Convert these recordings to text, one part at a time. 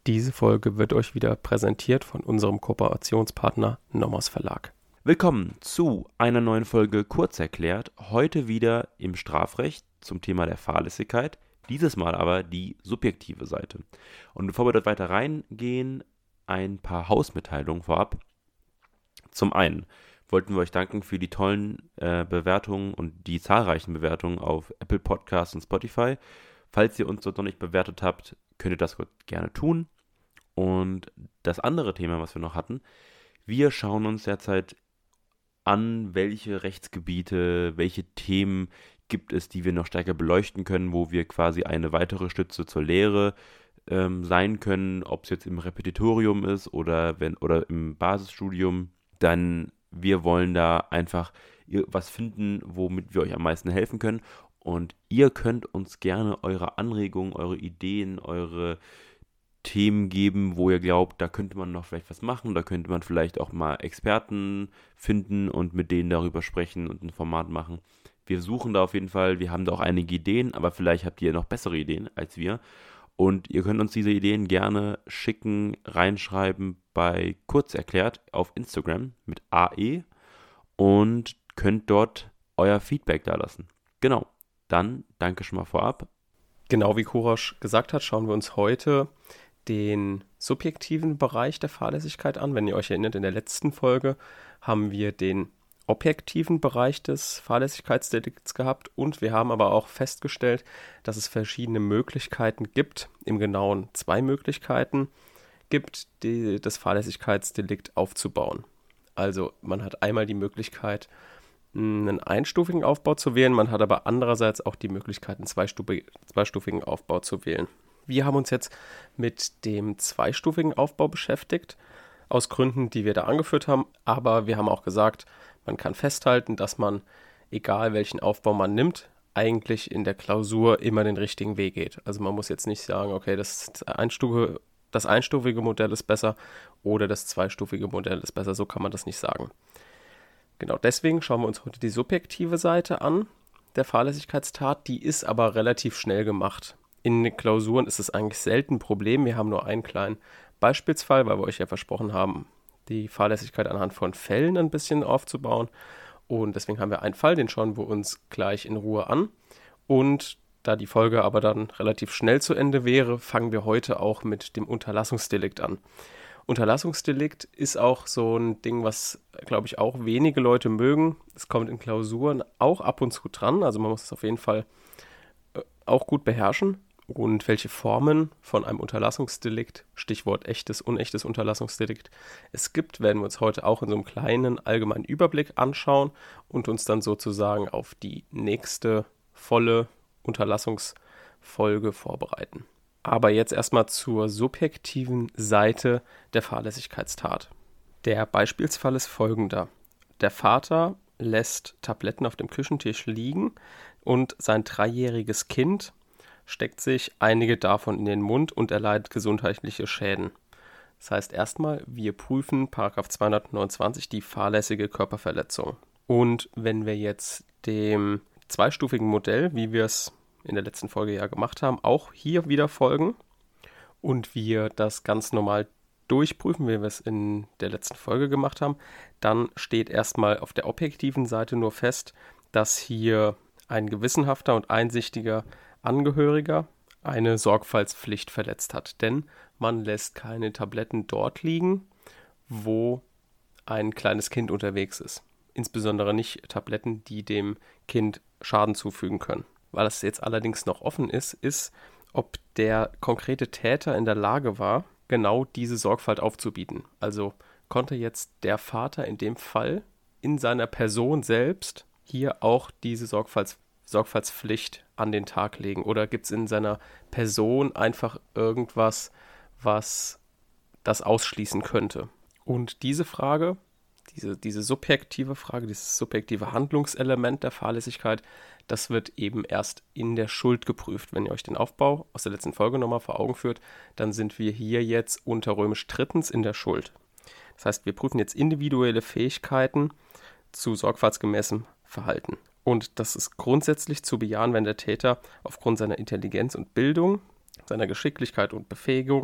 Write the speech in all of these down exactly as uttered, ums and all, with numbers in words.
Diese Folge wird euch wieder präsentiert von unserem Kooperationspartner Nomos Verlag. Willkommen zu einer neuen Folge Kurzerklärt, heute wieder im Strafrecht zum Thema der Fahrlässigkeit, dieses Mal aber die subjektive Seite. Und bevor wir dort weiter reingehen, ein paar Hausmitteilungen vorab. Zum einen wollten wir euch danken für die tollen äh, Bewertungen und die zahlreichen Bewertungen auf Apple Podcasts und Spotify. Falls ihr uns dort noch nicht bewertet habt, könnt ihr das gerne tun. Und das andere Thema, was wir noch hatten, wir schauen uns derzeit an, welche Rechtsgebiete, welche Themen gibt es, die wir noch stärker beleuchten können, wo wir quasi eine weitere Stütze zur Lehre ähm, sein können, ob es jetzt im Repetitorium ist oder, wenn, oder im Basisstudium. Dann wir wollen da einfach was finden, womit wir euch am meisten helfen können. Und ihr könnt uns gerne eure Anregungen, eure Ideen, eure Themen geben, wo ihr glaubt, da könnte man noch vielleicht was machen, da könnte man vielleicht auch mal Experten finden und mit denen darüber sprechen und ein Format machen. Wir suchen da auf jeden Fall, wir haben da auch einige Ideen, aber vielleicht habt ihr noch bessere Ideen als wir. Und ihr könnt uns diese Ideen gerne schicken, reinschreiben bei Kurzerklärt auf Instagram mit A E und könnt dort euer Feedback da lassen. Genau, dann danke schon mal vorab. Genau wie Kurosch gesagt hat, schauen wir uns heute den subjektiven Bereich der Fahrlässigkeit an. Wenn ihr euch erinnert, in der letzten Folge haben wir den objektiven Bereich des Fahrlässigkeitsdelikts gehabt und wir haben aber auch festgestellt, dass es verschiedene Möglichkeiten gibt, im Genauen zwei Möglichkeiten gibt, die, das Fahrlässigkeitsdelikt aufzubauen. Also man hat einmal die Möglichkeit, einen einstufigen Aufbau zu wählen, man hat aber andererseits auch die Möglichkeit, einen zweistufig, zweistufigen Aufbau zu wählen. Wir haben uns jetzt mit dem zweistufigen Aufbau beschäftigt, aus Gründen, die wir da angeführt haben, aber wir haben auch gesagt, man kann festhalten, dass man, egal welchen Aufbau man nimmt, eigentlich in der Klausur immer den richtigen Weg geht. Also man muss jetzt nicht sagen, okay, das, Einstufe, das einstufige Modell ist besser oder das zweistufige Modell ist besser, so kann man das nicht sagen. Genau deswegen schauen wir uns heute die subjektive Seite an, der Fahrlässigkeitstat, die ist aber relativ schnell gemacht. In den Klausuren ist es eigentlich selten ein Problem. Wir haben nur einen kleinen Beispielsfall, weil wir euch ja versprochen haben, die Fahrlässigkeit anhand von Fällen ein bisschen aufzubauen. Und deswegen haben wir einen Fall, den schauen wir uns gleich in Ruhe an. Und da die Folge aber dann relativ schnell zu Ende wäre, fangen wir heute auch mit dem Unterlassungsdelikt an. Unterlassungsdelikt ist auch so ein Ding, was, glaube ich, auch wenige Leute mögen. Es kommt in Klausuren auch ab und zu dran. Also man muss es auf jeden Fall auch gut beherrschen. Und welche Formen von einem Unterlassungsdelikt, Stichwort echtes, unechtes Unterlassungsdelikt, es gibt, werden wir uns heute auch in so einem kleinen allgemeinen Überblick anschauen und uns dann sozusagen auf die nächste volle Unterlassungsfolge vorbereiten. Aber jetzt erstmal zur subjektiven Seite der Fahrlässigkeitstat. Der Beispielsfall ist folgender. Der Vater lässt Tabletten auf dem Küchentisch liegen und sein dreijähriges Kind steckt sich einige davon in den Mund und erleidet gesundheitliche Schäden. Das heißt erstmal, wir prüfen Paragraph zweihundertneunundzwanzig die fahrlässige Körperverletzung. Und wenn wir jetzt dem zweistufigen Modell, wie wir es in der letzten Folge ja gemacht haben, auch hier wieder folgen und wir das ganz normal durchprüfen, wie wir es in der letzten Folge gemacht haben, dann steht erstmal auf der objektiven Seite nur fest, dass hier ein gewissenhafter und einsichtiger Angehöriger eine Sorgfaltspflicht verletzt hat, denn man lässt keine Tabletten dort liegen, wo ein kleines Kind unterwegs ist. Insbesondere nicht Tabletten, die dem Kind Schaden zufügen können. Weil es jetzt allerdings noch offen ist, ist, ob der konkrete Täter in der Lage war, genau diese Sorgfalt aufzubieten. Also konnte jetzt der Vater in dem Fall in seiner Person selbst hier auch diese Sorgfalts Sorgfaltspflicht an den Tag legen? Oder gibt es in seiner Person einfach irgendwas, was das ausschließen könnte? Und diese Frage, diese, diese subjektive Frage, dieses subjektive Handlungselement der Fahrlässigkeit, das wird eben erst in der Schuld geprüft. Wenn ihr euch den Aufbau aus der letzten Folge nochmal vor Augen führt, dann sind wir hier jetzt unter römisch drittens in der Schuld. Das heißt, wir prüfen jetzt individuelle Fähigkeiten zu sorgfaltsgemäßem Verhalten. Und das ist grundsätzlich zu bejahen, wenn der Täter aufgrund seiner Intelligenz und Bildung, seiner Geschicklichkeit und Befähigung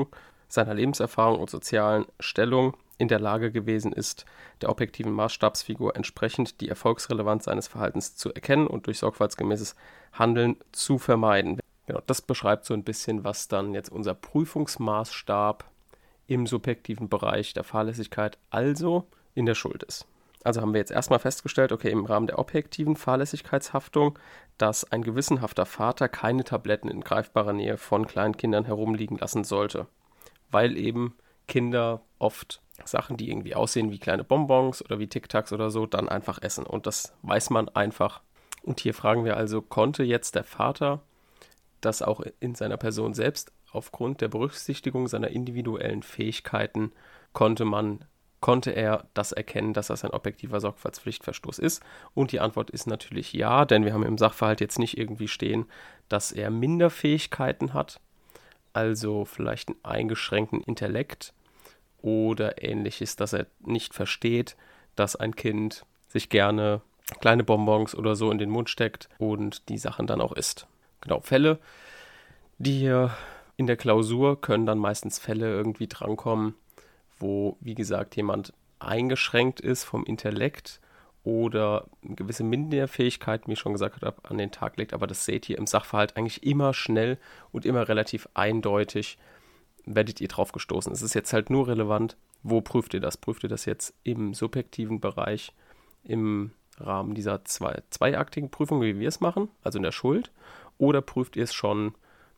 seiner Lebenserfahrung und sozialen Stellung in der Lage gewesen ist, der objektiven Maßstabsfigur entsprechend die Erfolgsrelevanz seines Verhaltens zu erkennen und durch sorgfaltsgemäßes Handeln zu vermeiden. Genau, das beschreibt so ein bisschen, was dann jetzt unser Prüfungsmaßstab im subjektiven Bereich der Fahrlässigkeit, also in der Schuld ist. Also haben wir jetzt erstmal festgestellt, okay, im Rahmen der objektiven Fahrlässigkeitshaftung, dass ein gewissenhafter Vater keine Tabletten in greifbarer Nähe von kleinen Kindern herumliegen lassen sollte, weil eben Kinder oft Sachen, die irgendwie aussehen wie kleine Bonbons oder wie Tic-Tacs oder so, dann einfach essen. Und das weiß man einfach. Und hier fragen wir also, konnte jetzt der Vater das auch in seiner Person selbst aufgrund der Berücksichtigung seiner individuellen Fähigkeiten, konnte man, konnte er das erkennen, dass das ein objektiver Sorgfaltspflichtverstoß ist? Und die Antwort ist natürlich ja, denn wir haben im Sachverhalt jetzt nicht irgendwie stehen, dass er Minderfähigkeiten hat, also vielleicht einen eingeschränkten Intellekt oder ähnliches, dass er nicht versteht, dass ein Kind sich gerne kleine Bonbons oder so in den Mund steckt und die Sachen dann auch isst. Genau, Fälle, die hier in der Klausur können dann meistens Fälle irgendwie drankommen, wo, wie gesagt, jemand eingeschränkt ist vom Intellekt oder gewisse Minderfähigkeiten, wie ich schon gesagt habe, an den Tag legt. Aber das seht ihr im Sachverhalt eigentlich immer schnell und immer relativ eindeutig, werdet ihr drauf gestoßen. Es ist jetzt halt nur relevant, wo prüft ihr das? Prüft ihr das jetzt im subjektiven Bereich, im Rahmen dieser zwei, zweiaktigen Prüfung, wie wir es machen, also in der Schuld, oder prüft ihr es schon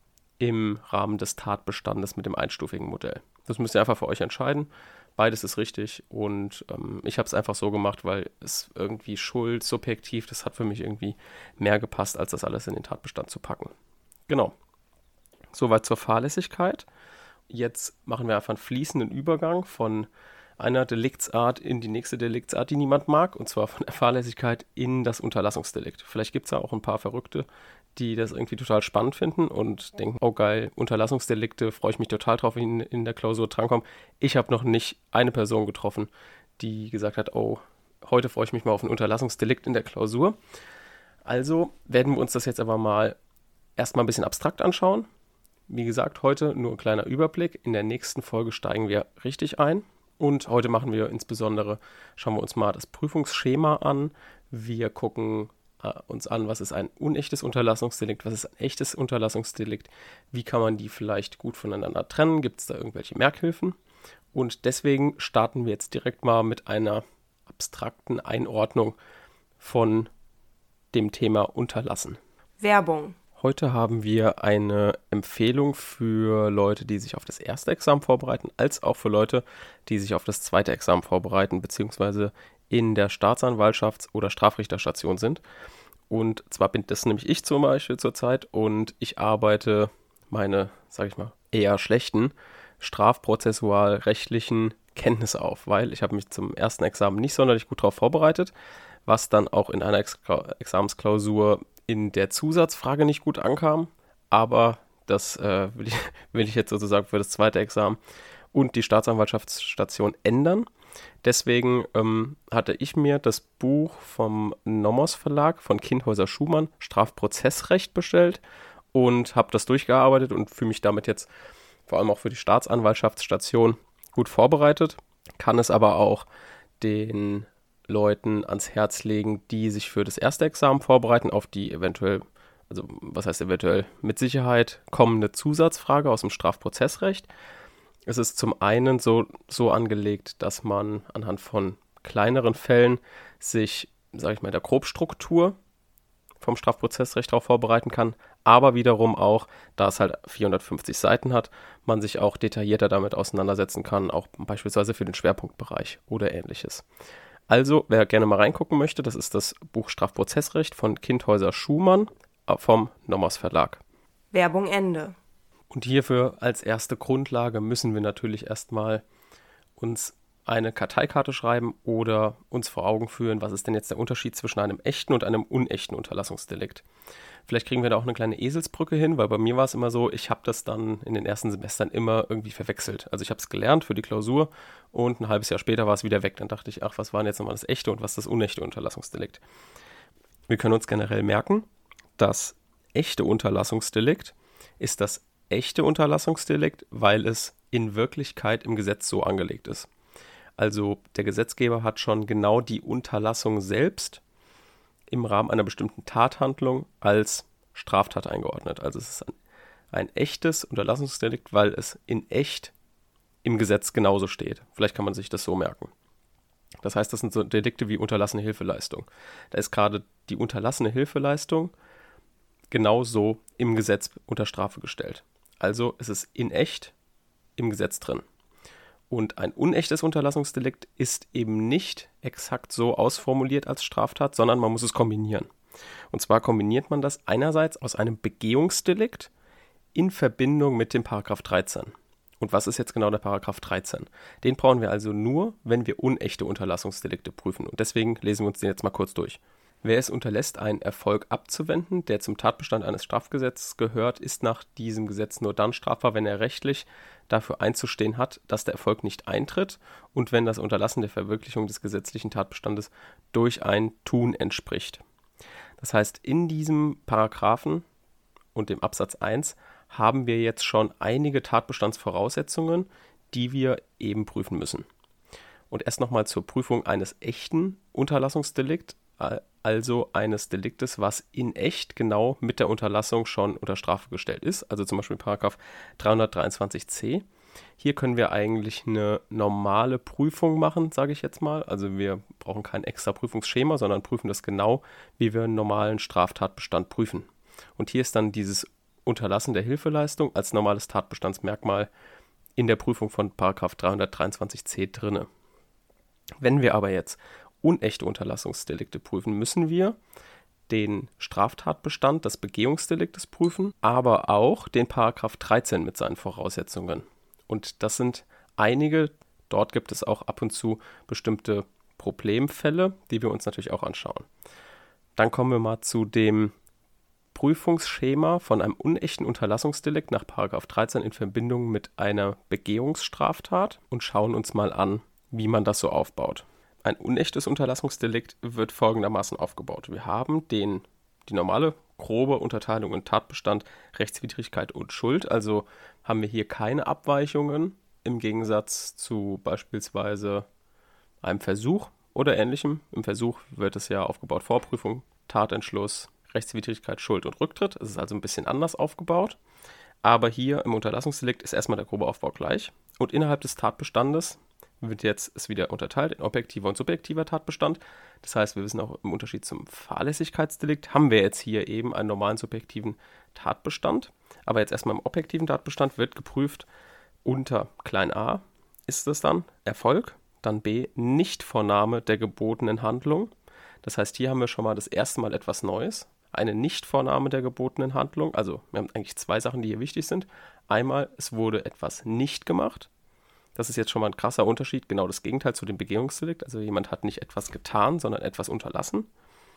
im Rahmen des Tatbestandes mit dem einstufigen Modell? Das müsst ihr einfach für euch entscheiden. Beides ist richtig und ähm, ich habe es einfach so gemacht, weil es irgendwie Schuld, subjektiv, das hat für mich irgendwie mehr gepasst, als das alles in den Tatbestand zu packen. Genau. Soweit zur Fahrlässigkeit. Jetzt machen wir einfach einen fließenden Übergang von einer Deliktsart in die nächste Deliktsart, die niemand mag, und zwar von der Fahrlässigkeit in das Unterlassungsdelikt. Vielleicht gibt es ja auch ein paar Verrückte, die das irgendwie total spannend finden und denken, oh geil, Unterlassungsdelikte, freue ich mich total drauf, wenn in, in der Klausur drankommen. Ich habe noch nicht eine Person getroffen, die gesagt hat, oh, heute freue ich mich mal auf ein Unterlassungsdelikt in der Klausur. Also werden wir uns das jetzt aber mal erstmal ein bisschen abstrakt anschauen. Wie gesagt, heute nur ein kleiner Überblick. In der nächsten Folge steigen wir richtig ein. Und heute machen wir insbesondere, schauen wir uns mal das Prüfungsschema an. Wir gucken äh, uns an, was ist ein unechtes Unterlassungsdelikt, was ist ein echtes Unterlassungsdelikt, wie kann man die vielleicht gut voneinander trennen, gibt es da irgendwelche Merkhilfen? Und deswegen starten wir jetzt direkt mal mit einer abstrakten Einordnung von dem Thema Unterlassen. Werbung. Heute haben wir eine Empfehlung für Leute, die sich auf das erste Examen vorbereiten, als auch für Leute, die sich auf das zweite Examen vorbereiten, beziehungsweise in der Staatsanwaltschafts- oder Strafrichterstation sind. Und zwar bin das nämlich ich zum Beispiel zurzeit und ich arbeite meine, sage ich mal, eher schlechten strafprozessual-rechtlichen Kenntnisse auf, weil ich habe mich zum ersten Examen nicht sonderlich gut darauf vorbereitet, was dann auch in einer Ex- Examensklausur in der Zusatzfrage nicht gut ankam, aber das äh, will, ich, will ich jetzt sozusagen für das zweite Examen und die Staatsanwaltschaftsstation ändern. Deswegen ähm, hatte ich mir das Buch vom Nomos Verlag von Kindhäuser Schumann, Strafprozessrecht, bestellt und habe das durchgearbeitet und fühle mich damit jetzt vor allem auch für die Staatsanwaltschaftsstation gut vorbereitet, kann es aber auch den Leuten ans Herz legen, die sich für das erste Examen vorbereiten, auf die eventuell, also was heißt eventuell, mit Sicherheit kommende Zusatzfrage aus dem Strafprozessrecht. Es ist zum einen so, so angelegt, dass man anhand von kleineren Fällen sich, sage ich mal, der Grobstruktur vom Strafprozessrecht darauf vorbereiten kann, aber wiederum auch, da es halt vierhundertfünfzig Seiten hat, man sich auch detaillierter damit auseinandersetzen kann, auch beispielsweise für den Schwerpunktbereich oder ähnliches. Also, wer gerne mal reingucken möchte, das ist das Buch Strafprozessrecht von Kindhäuser Schumann vom Nomos Verlag. Werbung Ende. Und hierfür als erste Grundlage müssen wir natürlich erstmal uns eine Karteikarte schreiben oder uns vor Augen führen, was ist denn jetzt der Unterschied zwischen einem echten und einem unechten Unterlassungsdelikt. Vielleicht kriegen wir da auch eine kleine Eselsbrücke hin, weil bei mir war es immer so, ich habe das dann in den ersten Semestern immer irgendwie verwechselt. Also ich habe es gelernt für die Klausur und ein halbes Jahr später war es wieder weg. Dann dachte ich, ach, was war denn jetzt nochmal das echte und was das unechte Unterlassungsdelikt? Wir können uns generell merken, das echte Unterlassungsdelikt ist das echte Unterlassungsdelikt, weil es in Wirklichkeit im Gesetz so angelegt ist. Also der Gesetzgeber hat schon genau die Unterlassung selbst im Rahmen einer bestimmten Tathandlung als Straftat eingeordnet. Also es ist ein, ein echtes Unterlassungsdelikt, weil es in echt im Gesetz genauso steht. Vielleicht kann man sich das so merken. Das heißt, das sind so Delikte wie unterlassene Hilfeleistung. Da ist gerade die unterlassene Hilfeleistung genauso im Gesetz unter Strafe gestellt. Also es ist in echt im Gesetz drin. Und ein unechtes Unterlassungsdelikt ist eben nicht exakt so ausformuliert als Straftat, sondern man muss es kombinieren. Und zwar kombiniert man das einerseits aus einem Begehungsdelikt in Verbindung mit dem Paragraph dreizehn. Und was ist jetzt genau der Paragraph dreizehn? Den brauchen wir also nur, wenn wir unechte Unterlassungsdelikte prüfen. Und deswegen lesen wir uns den jetzt mal kurz durch. Wer es unterlässt, einen Erfolg abzuwenden, der zum Tatbestand eines Strafgesetzes gehört, ist nach diesem Gesetz nur dann strafbar, wenn er rechtlich dafür einzustehen hat, dass der Erfolg nicht eintritt und wenn das Unterlassen der Verwirklichung des gesetzlichen Tatbestandes durch ein Tun entspricht. Das heißt, in diesem Paragraphen und dem Absatz eins haben wir jetzt schon einige Tatbestandsvoraussetzungen, die wir eben prüfen müssen. Und erst nochmal zur Prüfung eines echten Unterlassungsdelikts, also eines Deliktes, was in echt genau mit der Unterlassung schon unter Strafe gestellt ist, also zum Beispiel Paragraph dreihundertdreiundzwanzig c. Hier können wir eigentlich eine normale Prüfung machen, sage ich jetzt mal. Also wir brauchen kein extra Prüfungsschema, sondern prüfen das genau, wie wir einen normalen Straftatbestand prüfen. Und hier ist dann dieses Unterlassen der Hilfeleistung als normales Tatbestandsmerkmal in der Prüfung von Paragraph dreihundertdreiundzwanzig c drinne. Wenn wir aber jetzt unechte Unterlassungsdelikte prüfen, müssen wir den Straftatbestand des Begehungsdeliktes prüfen, aber auch den Paragraph dreizehn mit seinen Voraussetzungen. Und das sind einige, dort gibt es auch ab und zu bestimmte Problemfälle, die wir uns natürlich auch anschauen. Dann kommen wir mal zu dem Prüfungsschema von einem unechten Unterlassungsdelikt nach Paragraph dreizehn in Verbindung mit einer Begehungsstraftat und schauen uns mal an, wie man das so aufbaut. Ein unechtes Unterlassungsdelikt wird folgendermaßen aufgebaut. Wir haben den, die normale grobe Unterteilung in Tatbestand, Rechtswidrigkeit und Schuld. Also haben wir hier keine Abweichungen im Gegensatz zu beispielsweise einem Versuch oder Ähnlichem. Im Versuch wird es ja aufgebaut: Vorprüfung, Tatentschluss, Rechtswidrigkeit, Schuld und Rücktritt. Es ist also ein bisschen anders aufgebaut. Aber hier im Unterlassungsdelikt ist erstmal der grobe Aufbau gleich. Und innerhalb des Tatbestandes wird jetzt es wieder unterteilt in objektiver und subjektiver Tatbestand. Das heißt, wir wissen auch im Unterschied zum Fahrlässigkeitsdelikt, haben wir jetzt hier eben einen normalen subjektiven Tatbestand. Aber jetzt erstmal im objektiven Tatbestand wird geprüft unter klein a ist es dann Erfolg, dann b Nichtvornahme der gebotenen Handlung. Das heißt, hier haben wir schon mal das erste Mal etwas Neues. Eine Nichtvornahme der gebotenen Handlung. Also wir haben eigentlich zwei Sachen, die hier wichtig sind. Einmal, es wurde etwas nicht gemacht. Das ist jetzt schon mal ein krasser Unterschied, genau das Gegenteil zu dem Begehungsdelikt. Also jemand hat nicht etwas getan, sondern etwas unterlassen.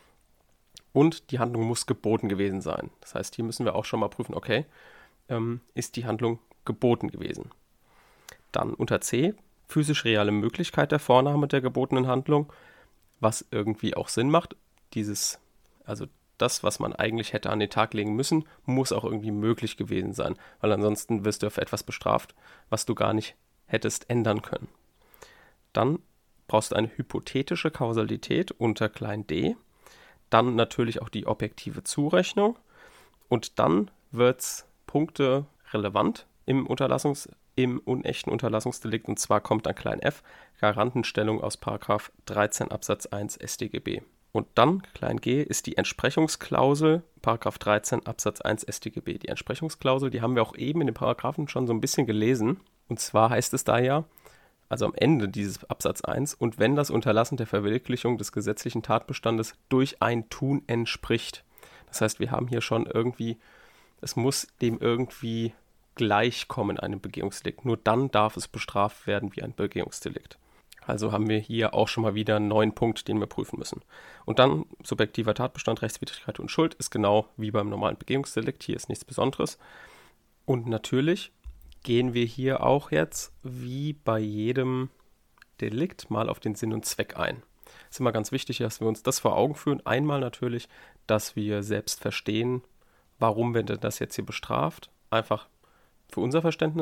Und die Handlung muss geboten gewesen sein. Das heißt, hier müssen wir auch schon mal prüfen, okay, ähm, ist die Handlung geboten gewesen. Dann unter C, physisch reale Möglichkeit der Vornahme der gebotenen Handlung, was irgendwie auch Sinn macht. Dieses, also das, was man eigentlich hätte an den Tag legen müssen, muss auch irgendwie möglich gewesen sein, weil ansonsten wirst du auf etwas bestraft, was du gar nicht hättest ändern können. Dann brauchst du eine hypothetische Kausalität unter klein d, dann natürlich auch die objektive Zurechnung und dann wird es Punkte relevant im, Unterlassungs-, im unechten Unterlassungsdelikt und zwar kommt dann klein f, Garantenstellung aus Paragraph dreizehn Absatz eins S t G B. Und dann, klein g, ist die Entsprechungsklausel, Paragraph dreizehn Absatz eins S t G B. Die Entsprechungsklausel, die haben wir auch eben in den Paragraphen schon so ein bisschen gelesen. Und zwar heißt es da ja, also am Ende dieses Absatz eins, und wenn das Unterlassen der Verwirklichung des gesetzlichen Tatbestandes durch ein Tun entspricht. Das heißt, wir haben hier schon irgendwie, es muss dem irgendwie gleichkommen, einem Begehungsdelikt. Nur dann darf es bestraft werden wie ein Begehungsdelikt. Also haben wir hier auch schon mal wieder einen neuen Punkt, den wir prüfen müssen. Und dann subjektiver Tatbestand, Rechtswidrigkeit und Schuld ist genau wie beim normalen Begehungsdelikt. Hier ist nichts Besonderes. Und natürlich gehen wir hier auch jetzt, wie bei jedem Delikt, mal auf den Sinn und Zweck ein. Es ist immer ganz wichtig, dass wir uns das vor Augen führen. Einmal natürlich, dass wir selbst verstehen, warum wird denn das jetzt hier bestraft. Einfach für unser Verständnis.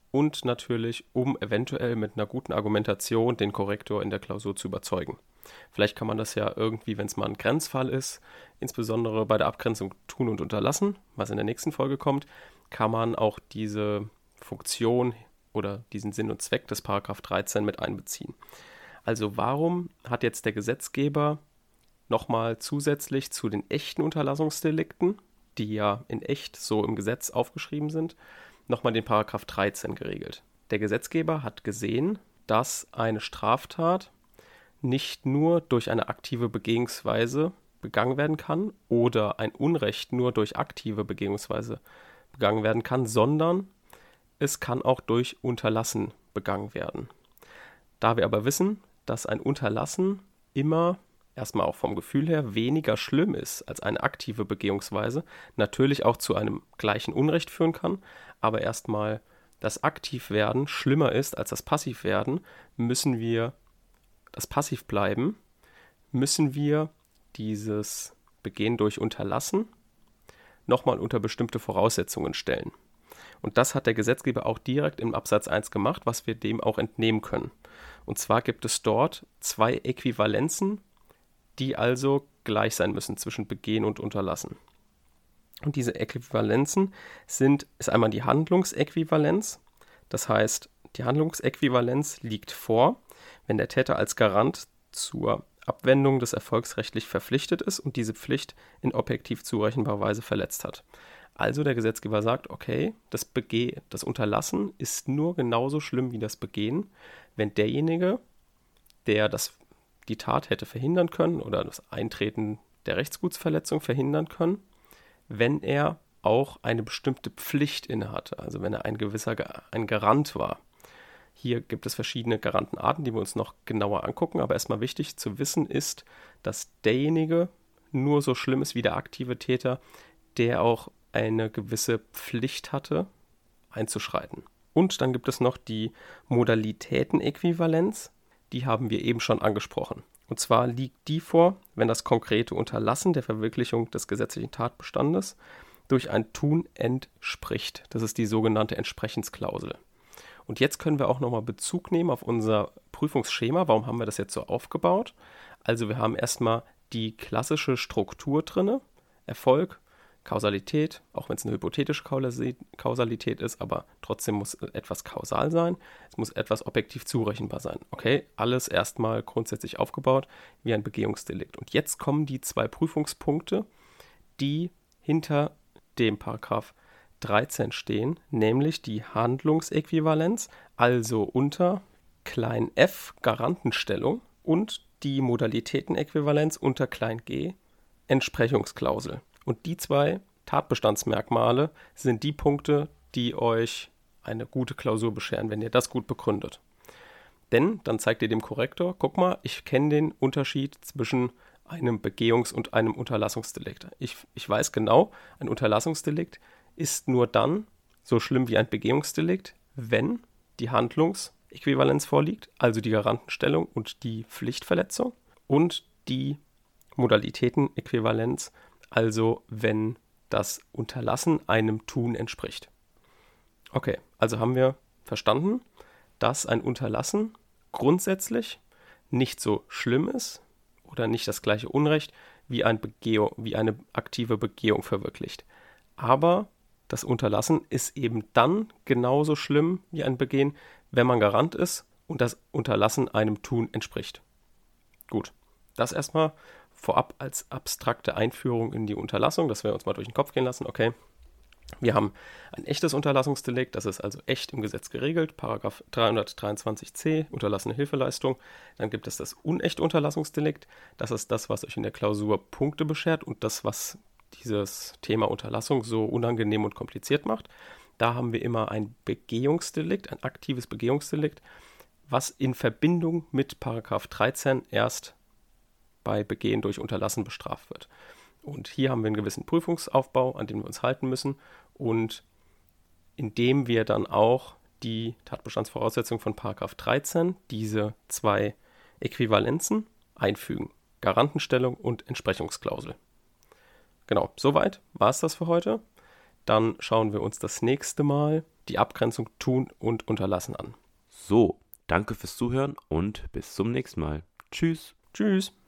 und natürlich, um eventuell mit einer guten Argumentation den Korrektor in der Klausur zu überzeugen. Vielleicht kann man das ja irgendwie, wenn es mal ein Grenzfall ist, insbesondere bei der Abgrenzung tun und unterlassen, was in der nächsten Folge kommt, kann man auch diese Funktion oder diesen Sinn und Zweck des Paragraph dreizehn mit einbeziehen. Also warum hat jetzt der Gesetzgeber nochmal zusätzlich zu den echten Unterlassungsdelikten, die ja in echt so im Gesetz aufgeschrieben sind, nochmal den Paragraph dreizehn geregelt? Der Gesetzgeber hat gesehen, dass eine Straftat nicht nur durch eine aktive Begehungsweise begangen werden kann oder ein Unrecht nur durch aktive Begehungsweise begangen werden kann, sondern es kann auch durch Unterlassen begangen werden. Da wir aber wissen, dass ein Unterlassen immer erstmal auch vom Gefühl her weniger schlimm ist als eine aktive Begehungsweise, natürlich auch zu einem gleichen Unrecht führen kann, aber erstmal das Aktivwerden schlimmer ist als das Passivwerden, müssen wir das Passivbleiben, müssen wir dieses Begehen durch Unterlassen nochmal unter bestimmte Voraussetzungen stellen. Und das hat der Gesetzgeber auch direkt im Absatz eins gemacht, was wir dem auch entnehmen können. Und zwar gibt es dort zwei Äquivalenzen, die also gleich sein müssen zwischen Begehen und Unterlassen. Und diese Äquivalenzen sind, ist einmal die Handlungsäquivalenz. Das heißt, die Handlungsäquivalenz liegt vor, wenn der Täter als Garant zur Abwendung des Erfolgs rechtlich verpflichtet ist und diese Pflicht in objektiv zurechenbarer Weise verletzt hat. Also der Gesetzgeber sagt, okay, das Begehen, das Unterlassen ist nur genauso schlimm wie das Begehen, wenn derjenige, der das, die Tat hätte verhindern können oder das Eintreten der Rechtsgutsverletzung verhindern können, wenn er auch eine bestimmte Pflicht innehatte, also wenn er ein gewisser ein Garant war. Hier gibt es verschiedene Garantenarten, die wir uns noch genauer angucken, aber erstmal wichtig zu wissen ist, dass derjenige nur so schlimm ist wie der aktive Täter, der auch eine gewisse Pflicht hatte, einzuschreiten. Und dann gibt es noch die Modalitätenäquivalenz, die haben wir eben schon angesprochen. Und zwar liegt die vor, wenn das konkrete Unterlassen der Verwirklichung des gesetzlichen Tatbestandes durch ein Tun entspricht. Das ist die sogenannte Entsprechensklausel. Und jetzt können wir auch nochmal Bezug nehmen auf unser Prüfungsschema. Warum haben wir das jetzt so aufgebaut? Also wir haben erstmal die klassische Struktur drin, Erfolg, Kausalität, auch wenn es eine hypothetische Kausalität ist, aber trotzdem muss etwas kausal sein. Es muss etwas objektiv zurechenbar sein. Okay, alles erstmal grundsätzlich aufgebaut wie ein Begehungsdelikt. Und jetzt kommen die zwei Prüfungspunkte, die hinter dem Paragraph dreizehn stehen, nämlich die Handlungsäquivalenz, also unter klein f Garantenstellung und die Modalitätenäquivalenz unter klein g Entsprechungsklausel. Und die zwei Tatbestandsmerkmale sind die Punkte, die euch eine gute Klausur bescheren, wenn ihr das gut begründet. Denn dann zeigt ihr dem Korrektor, guck mal, ich kenne den Unterschied zwischen einem Begehungs- und einem Unterlassungsdelikt. Ich, ich weiß genau, ein Unterlassungsdelikt ist nur dann so schlimm wie ein Begehungsdelikt, wenn die Handlungsäquivalenz vorliegt, also die Garantenstellung und die Pflichtverletzung, und die Modalitätenäquivalenz, also wenn das Unterlassen einem Tun entspricht. Okay, also haben wir verstanden, dass ein Unterlassen grundsätzlich nicht so schlimm ist oder nicht das gleiche Unrecht wie, ein Begehung, wie eine aktive Begehung verwirklicht. Aber das Unterlassen ist eben dann genauso schlimm wie ein Begehen, wenn man Garant ist und das Unterlassen einem Tun entspricht. Gut, das erstmal vorab als abstrakte Einführung in die Unterlassung, dass wir uns mal durch den Kopf gehen lassen. Okay, wir haben ein echtes Unterlassungsdelikt, das ist also echt im Gesetz geregelt, Paragraph dreihundertdreiundzwanzig c, unterlassene Hilfeleistung. Dann gibt es das unechte Unterlassungsdelikt, das ist das, was euch in der Klausur Punkte beschert und das, was dieses Thema Unterlassung so unangenehm und kompliziert macht. Da haben wir immer ein Begehungsdelikt, ein aktives Begehungsdelikt, was in Verbindung mit Paragraph dreizehn erst bei Begehen durch Unterlassen bestraft wird. Und hier haben wir einen gewissen Prüfungsaufbau, an den wir uns halten müssen und indem wir dann auch die Tatbestandsvoraussetzung von Paragraph dreizehn, diese zwei Äquivalenzen einfügen. Garantenstellung und Entsprechungsklausel. Genau, soweit war es das für heute. Dann schauen wir uns das nächste Mal die Abgrenzung tun und unterlassen an. So, danke fürs Zuhören und bis zum nächsten Mal. Tschüss. Tschüss.